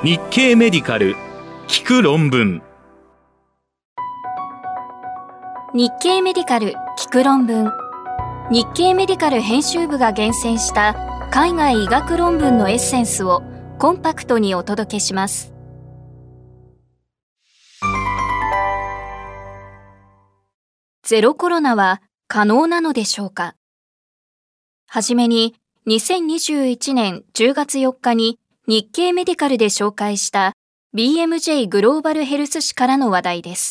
日経メディカル聞く論文。 日経メディカル聞く論文。日経メディカル編集部が厳選した海外医学論文のエッセンスをコンパクトにお届けします。ゼロコロナは可能なのでしょうか。はじめに2021年10月4日に日経メディカルで紹介した BMJ グローバルヘルス誌からの話題です。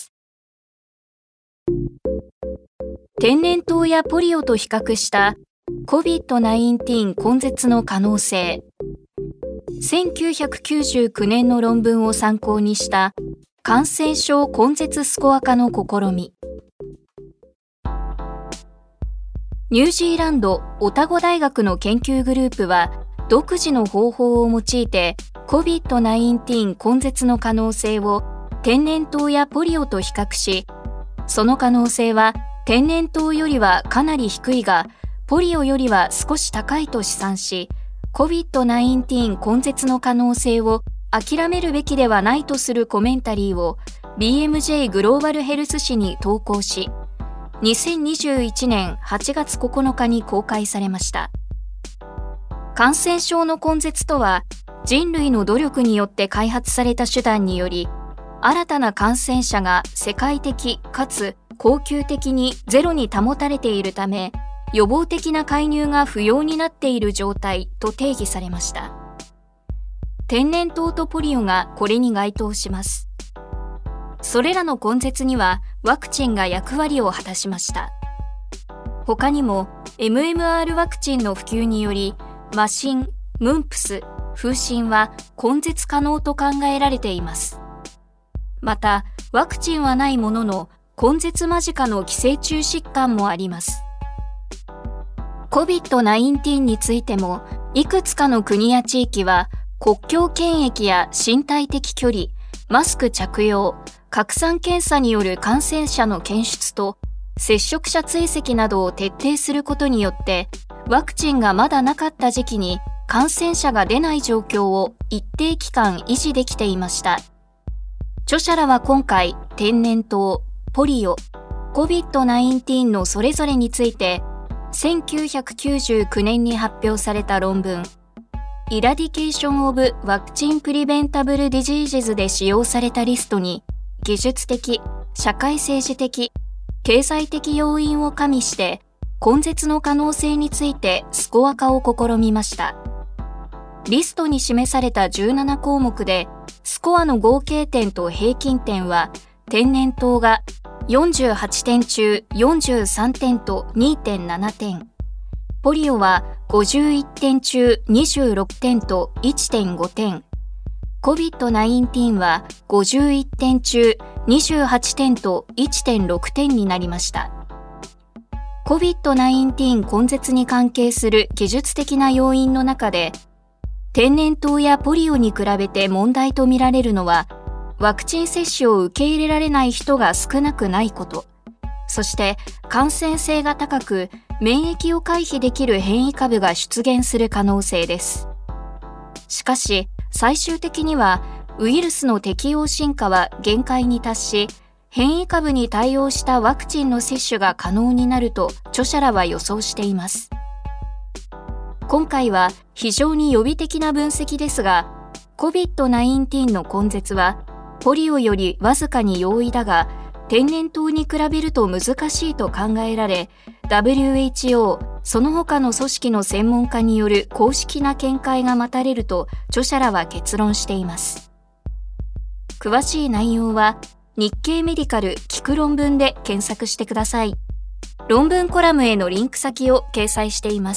天然痘やポリオと比較した COVID-19 根絶の可能性。1999年の論文を参考にした感染症根絶スコア化の試み。ニュージーランドオタゴ大学の研究グループは独自の方法を用いて COVID-19 根絶の可能性を天然痘やポリオと比較し、その可能性は天然痘よりはかなり低いがポリオよりは少し高いと試算し、 COVID-19 根絶の可能性を諦めるべきではないとするコメンタリーを BMJ グローバルヘルス誌に投稿し、2021年8月9日に公開されました。感染症の根絶とは、人類の努力によって開発された手段により、新たな感染者が世界的かつ恒久的にゼロに保たれているため、予防的な介入が不要になっている状態と定義されました。天然痘とポリオがこれに該当します。それらの根絶にはワクチンが役割を果たしました。他にも MMR ワクチンの普及により、麻疹、ムンプス、風疹は根絶可能と考えられています。また、ワクチンはないものの根絶間近の寄生虫疾患もあります。COVID-19 についても、いくつかの国や地域は国境検疫や身体的距離、マスク着用、拡散検査による感染者の検出と接触者追跡などを徹底することによって、ワクチンがまだなかった時期に感染者が出ない状況を一定期間維持できていました。著者らは今回、天然痘、ポリオ、COVID-19 のそれぞれについて、1999年に発表された論文、Eradication of Vaccine Preventable Diseases で使用されたリストに、技術的、社会政治的、経済的要因を加味して、根絶の可能性についてスコア化を試みました。リストに示された17項目で、スコアの合計点と平均点は、天然痘が48点中43点と 2.7 点、ポリオは51点中26点と 1.5 点、COVID-19 は51点中28点と 1.6 点になりました。COVID-19 根絶に関係する技術的な要因の中で、天然痘やポリオに比べて問題とみられるのは、ワクチン接種を受け入れられない人が少なくないこと、そして感染性が高く、免疫を回避できる変異株が出現する可能性です。しかし、最終的には、ウイルスの適応進化は限界に達し、変異株に対応したワクチンの接種が可能になると著者らは予想しています。今回は非常に予備的な分析ですが、COVID-19 の根絶はポリオよりわずかに容易だが、天然痘に比べると難しいと考えられ、WHO、その他の組織の専門家による公式な見解が待たれると著者らは結論しています。詳しい内容は日経メディカル聞く論文で検索してください。論文コラムへのリンク先を掲載しています。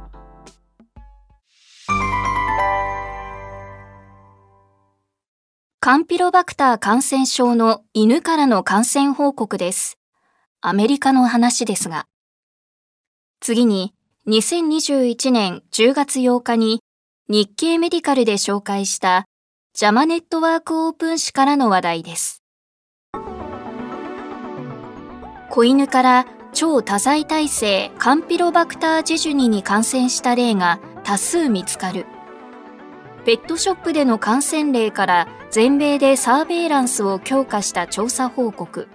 カンピロバクター感染症の犬からの感染報告です。アメリカの話ですが。次に、2021年10月8日に日経メディカルで紹介したJAMAネットワークオープン誌からの話題です。子犬から超多剤耐性カンピロバクタージェジュニに感染した例が多数見つかる。 ペットショップでの感染例から全米でサーベイランスを強化した調査報告。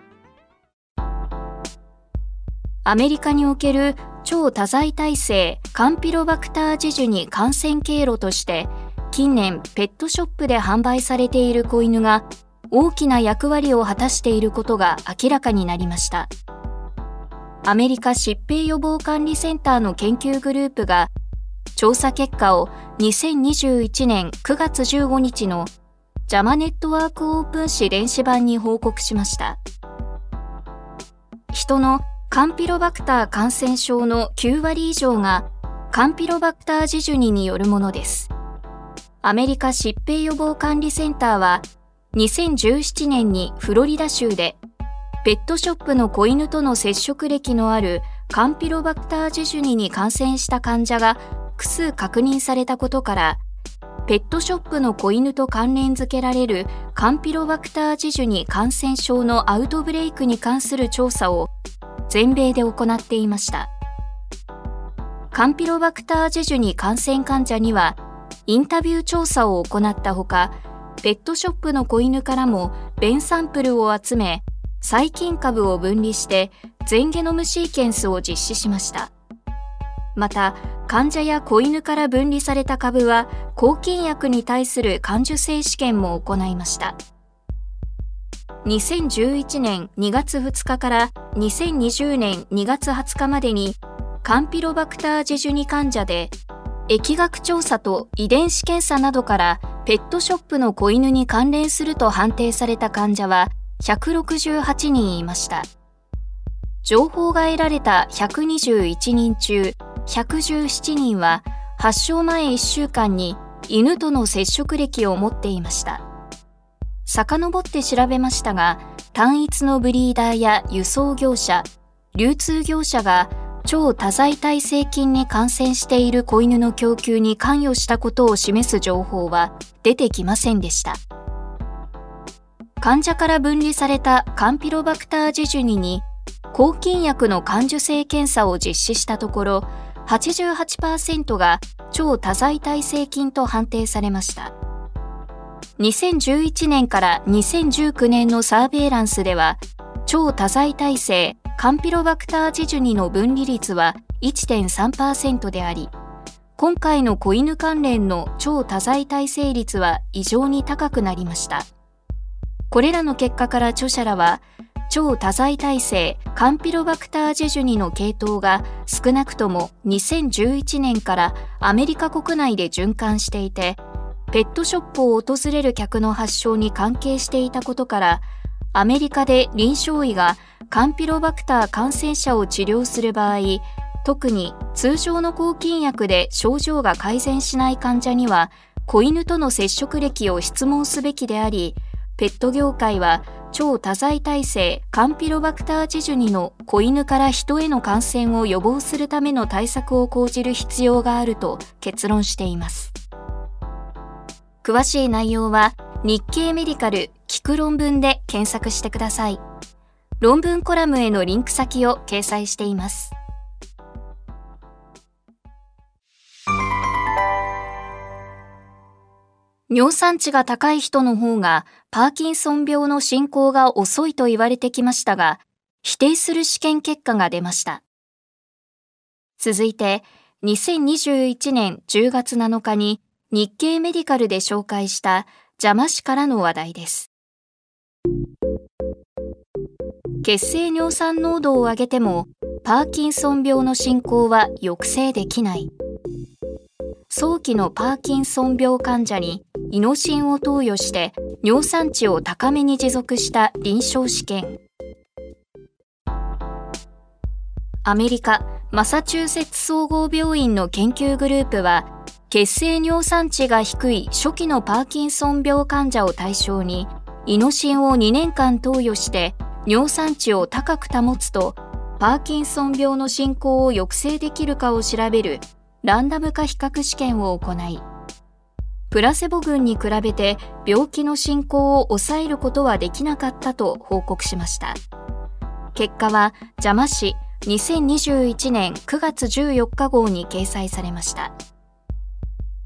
アメリカにおける超多剤耐性カンピロバクタージジュニ感染経路として近年ペットショップで販売されている子犬が大きな役割を果たしていることが明らかになりました。アメリカ疾病予防管理センターの研究グループが調査結果を2021年9月15日のジャマネットワークオープン誌電子版に報告しました。人のカンピロバクター感染症の9割以上がカンピロバクタージジュニによるものです。アメリカ疾病予防管理センターは2017年にフロリダ州でペットショップの子犬との接触歴のあるカンピロバクタージジュニに感染した患者が複数確認されたことから、ペットショップの子犬と関連づけられるカンピロバクタージジュニ感染症のアウトブレイクに関する調査を全米で行っていました。カンピロバクタージジュニ感染患者にはインタビュー調査を行ったほか、ペットショップの子犬からも便サンプルを集め、細菌株を分離して全ゲノムシーケンスを実施しました。また、患者や子犬から分離された株は抗菌薬に対する感受性試験も行いました。2011年2月2日から2020年2月20日までにカンピロバクタージジュニ患者で疫学調査と遺伝子検査などからペットショップの子犬に関連すると判定された患者は168人いました。情報が得られた121人中117人は発症前1週間に犬との接触歴を持っていました。遡って調べましたが、単一のブリーダーや輸送業者、流通業者が超多剤耐性菌に感染している子犬の供給に関与したことを示す情報は出てきませんでした。患者から分離されたカンピロバクタージジュニに抗菌薬の感受性検査を実施したところ、88% が超多剤耐性菌と判定されました。2011年から2019年のサーベイランスでは、超多剤耐性カンピロバクタージジュニの分離率は 1.3% であり、今回の子犬関連の超多剤耐性率は異常に高くなりました。これらの結果から著者らは、超多剤耐性カンピロバクタージジュニの系統が少なくとも2011年からアメリカ国内で循環していて、ペットショップを訪れる客の発症に関係していたことから、アメリカで臨床医がカンピロバクター感染者を治療する場合、特に通常の抗菌薬で症状が改善しない患者には、子犬との接触歴を質問すべきであり、ペット業界は超多剤耐性カンピロバクタージジュニの子犬から人への感染を予防するための対策を講じる必要があると結論しています。詳しい内容は日経メディカル聞く論文で検索してください。論文コラムへのリンク先を掲載しています。尿酸値が高い人の方がパーキンソン病の進行が遅いと言われてきましたが、否定する試験結果が出ました。続いて、2021年10月7日に日経メディカルで紹介したJAMA氏からの話題です。血清尿酸濃度を上げてもパーキンソン病の進行は抑制できない。早期のパーキンソン病患者にイノシンを投与して尿酸値を高めに持続した臨床試験。アメリカマサチューセッツ総合病院の研究グループは、血清尿酸値が低い初期のパーキンソン病患者を対象にイノシンを2年間投与して尿酸値を高く保つとパーキンソン病の進行を抑制できるかを調べるランダム化比較試験を行い、プラセボ群に比べて病気の進行を抑えることはできなかったと報告しました。結果はJAMA誌2021年9月14日号に掲載されました。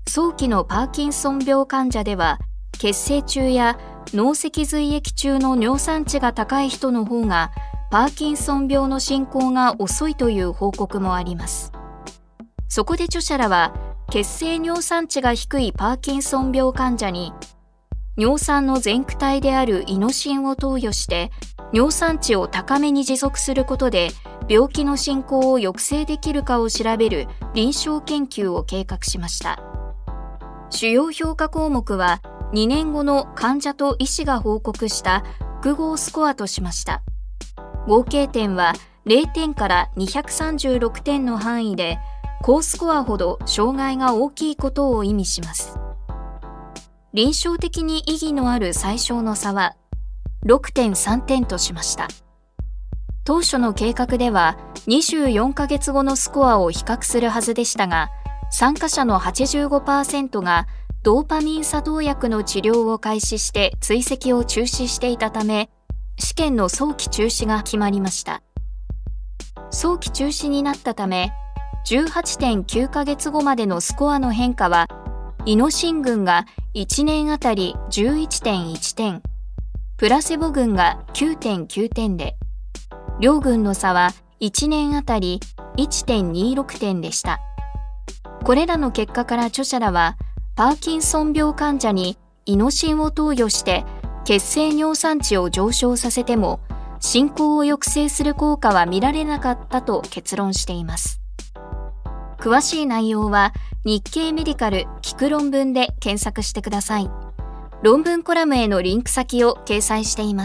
早期のパーキンソン病患者では、血清中や脳脊髄液中の尿酸値が高い人の方がパーキンソン病の進行が遅いという報告もあります。そこで著者らは、血清尿酸値が低いパーキンソン病患者に尿酸の前駆体であるイノシンを投与して尿酸値を高めに持続することで病気の進行を抑制できるかを調べる臨床研究を計画しました。主要評価項目は2年後の患者と医師が報告した複合スコアとしました。合計点は0点から236点の範囲で、高スコアほど障害が大きいことを意味します。臨床的に意義のある最小の差は 6.3 点としました。当初の計画では24ヶ月後のスコアを比較するはずでしたが、参加者の 85% がドーパミン作動薬の治療を開始して追跡を中止していたため、試験の早期中止が決まりました。早期中止になったため、18.9 ヶ月後までのスコアの変化は、イノシン群が1年あたり 11.1 点、プラセボ群が 9.9 点で、両群の差は1年あたり 1.26 点でした。これらの結果から著者らは、パーキンソン病患者にイノシンを投与して血清尿酸値を上昇させても、進行を抑制する効果は見られなかったと結論しています。詳しい内容は日経メディカル聞く論文で検索してください。論文コラムへのリンク先を掲載しています。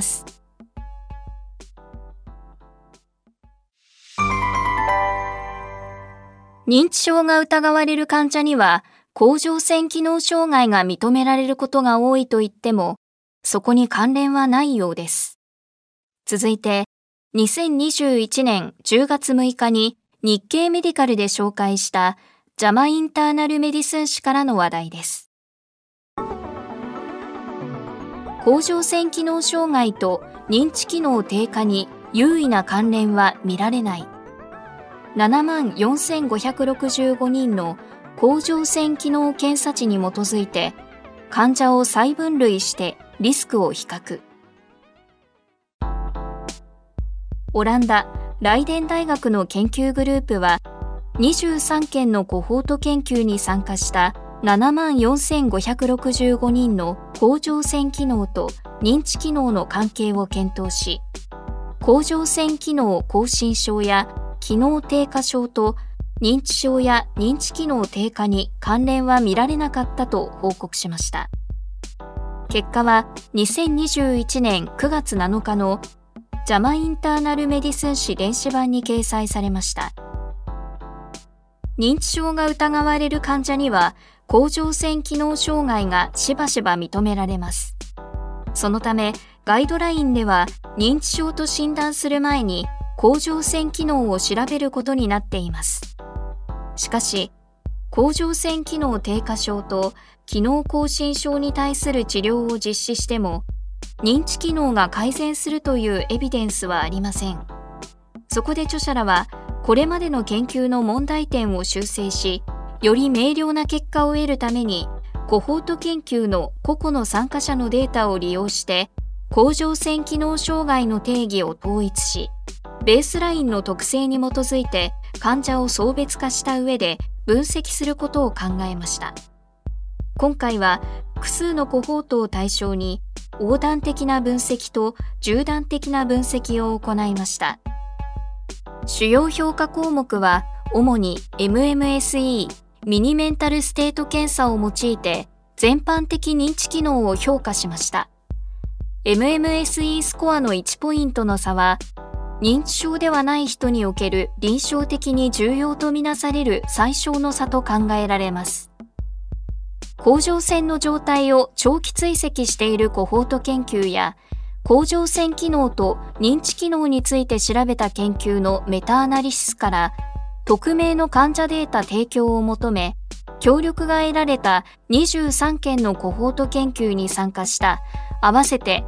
認知症が疑われる患者には、甲状腺機能障害が認められることが多いと言っても、そこに関連はないようです。続いて、2021年10月6日に日経メディカルで紹介したJAMAインターナルメディスン誌からの話題です。甲状腺機能障害と認知機能低下に有意な関連は見られない。74,565 人の甲状腺機能検査値に基づいて患者を再分類してリスクを比較。オランダ・ライデン大学の研究グループは23件のコホート研究に参加した74,565 人の甲状腺機能と認知機能の関係を検討し、甲状腺機能亢進症や機能低下症と認知症や認知機能低下に関連は見られなかったと報告しました。結果は2021年9月7日のJAMAインターナルメディスン誌電子版に掲載されました。認知症が疑われる患者には甲状腺機能障害がしばしば認められます。そのためガイドラインでは認知症と診断する前に甲状腺機能を調べることになっています。しかし、甲状腺機能低下症と機能亢進症に対する治療を実施しても、認知機能が改善するというエビデンスはありません。そこで著者らは、これまでの研究の問題点を修正し、より明瞭な結果を得るために、コホート研究の個々の参加者のデータを利用して、甲状腺機能障害の定義を統一し、ベースラインの特性に基づいて患者を層別化した上で分析することを考えました。今回は複数のコホートを対象に横断的な分析と縦断的な分析を行いました。主要評価項目は主に MMSE ミニメンタルステート検査を用いて全般的認知機能を評価しました。MMSE スコアの1ポイントの差は認知症ではない人における臨床的に重要とみなされる最小の差と考えられます。甲状腺の状態を長期追跡しているコホート研究や、甲状腺機能と認知機能について調べた研究のメタアナリシスから、匿名の患者データ提供を求め、協力が得られた23件のコホート研究に参加した合わせて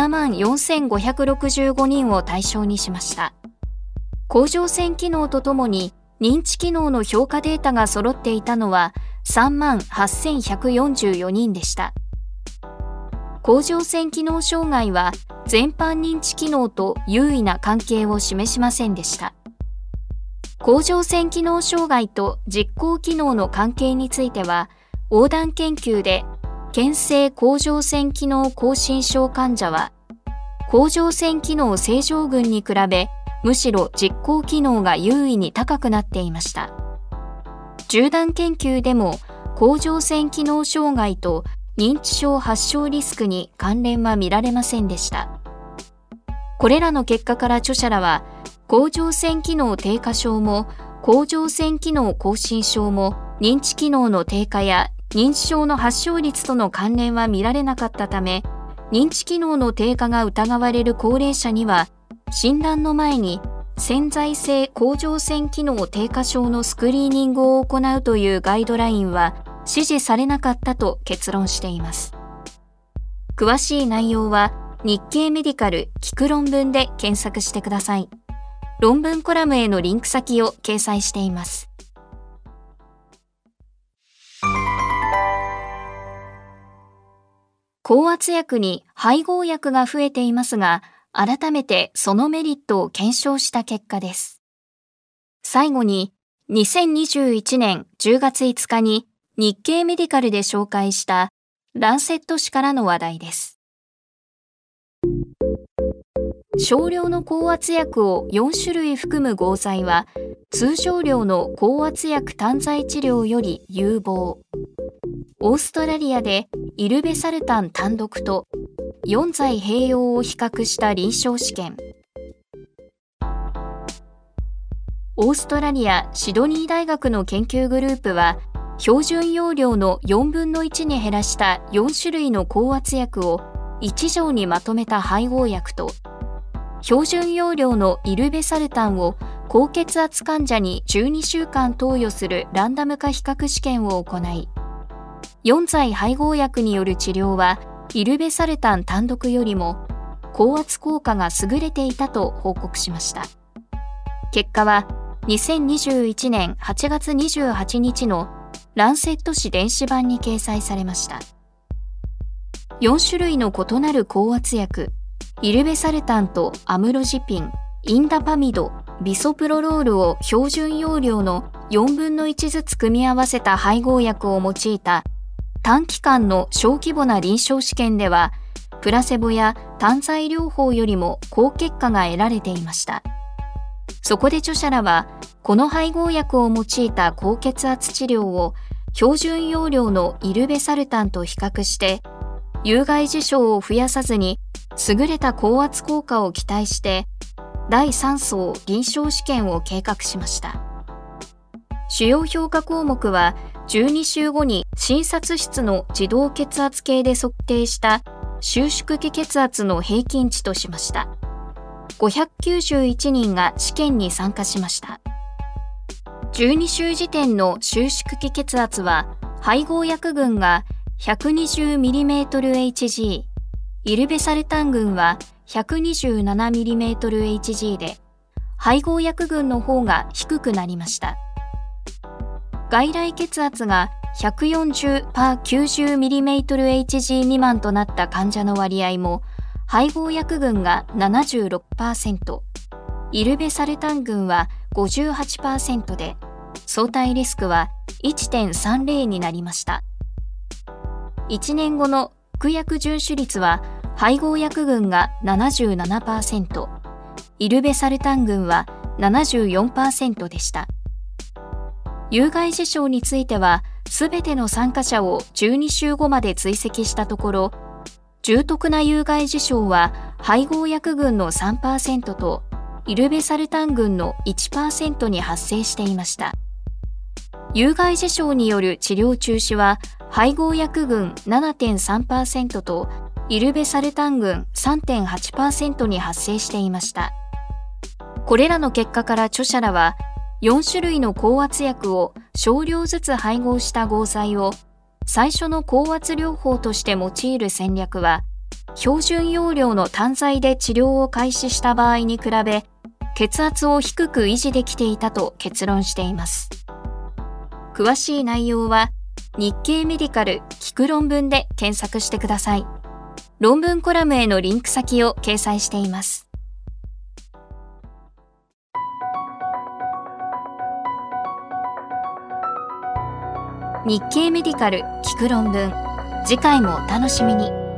74,565 人を対象にしました。甲状腺機能とともに認知機能の評価データが揃っていたのは 38,144人でした。甲状腺機能障害は全般認知機能と優位な関係を示しませんでした。甲状腺機能障害と実行機能の関係については、横断研究で検性甲状腺機能亢進症患者は、甲状腺機能正常群に比べ、むしろ実行機能が優位に高くなっていました。縦断研究でも、甲状腺機能障害と認知症発症リスクに関連は見られませんでした。これらの結果から著者らは、甲状腺機能低下症も甲状腺機能亢進症も認知機能の低下や認知症の発症率との関連は見られなかったため、認知機能の低下が疑われる高齢者には、診断の前に潜在性甲状腺機能低下症のスクリーニングを行うというガイドラインは支持されなかったと結論しています。詳しい内容は日経メディカル聞く論文で検索してください。論文コラムへのリンク先を掲載しています。降圧薬に配合薬が増えていますが、改めてそのメリットを検証した結果です。最後に、2021年10月5日に日経メディカルで紹介したランセット誌からの話題です。少量の降圧薬を4種類含む合剤は、通常量の降圧薬単剤治療より有望。オーストラリアでイルベサルタン単独と4剤併用を比較した臨床試験。オーストラリア・シドニー大学の研究グループは、標準用量の4分の1に減らした4種類の降圧薬を1錠にまとめた配合薬と、標準用量のイルベサルタンを高血圧患者に12週間投与するランダム化比較試験を行い、4剤配合薬による治療はイルベサルタン単独よりも降圧効果が優れていたと報告しました。結果は2021年8月28日のランセット誌電子版に掲載されました。4種類の異なる降圧薬、イルベサルタンとアムロジピン、インダパミド、ビソプロロールを標準用量の4分の1ずつ組み合わせた配合薬を用いた短期間の小規模な臨床試験では、プラセボや単剤療法よりも好結果が得られていました。そこで著者らは、この配合薬を用いた高血圧治療を標準用量のイルベサルタンと比較して、有害事象を増やさずに優れた降圧効果を期待して、第3相臨床試験を計画しました。主要評価項目は、12週後に診察室の自動血圧計で測定した収縮期血圧の平均値としました。591人が試験に参加しました。12週時点の収縮期血圧は、配合薬群が 120mmHg、イルベサルタン群は 127mmHg で、配合薬群の方が低くなりました。外来血圧が140/90mmHg 未満となった患者の割合も、配合薬群が 76%、イルベサルタン群は 58% で、相対リスクは 1.30 になりました。1年後の服薬遵守率は、配合薬群が 77%、イルベサルタン群は 74% でした。有害事象については、すべての参加者を12週後まで追跡したところ、重篤な有害事象は配合薬群の 3% とイルベサルタン群の 1% に発生していました。有害事象による治療中止は配合薬群 7.3% とイルベサルタン群 3.8% に発生していました。これらの結果から著者らは、4種類の降圧薬を少量ずつ配合した合剤を最初の降圧療法として用いる戦略は、標準用量の単剤で治療を開始した場合に比べ、血圧を低く維持できていたと結論しています。詳しい内容は日経メディカル聞く論文で検索してください。論文コラムへのリンク先を掲載しています。日経メディカル聞く論文、次回もお楽しみに。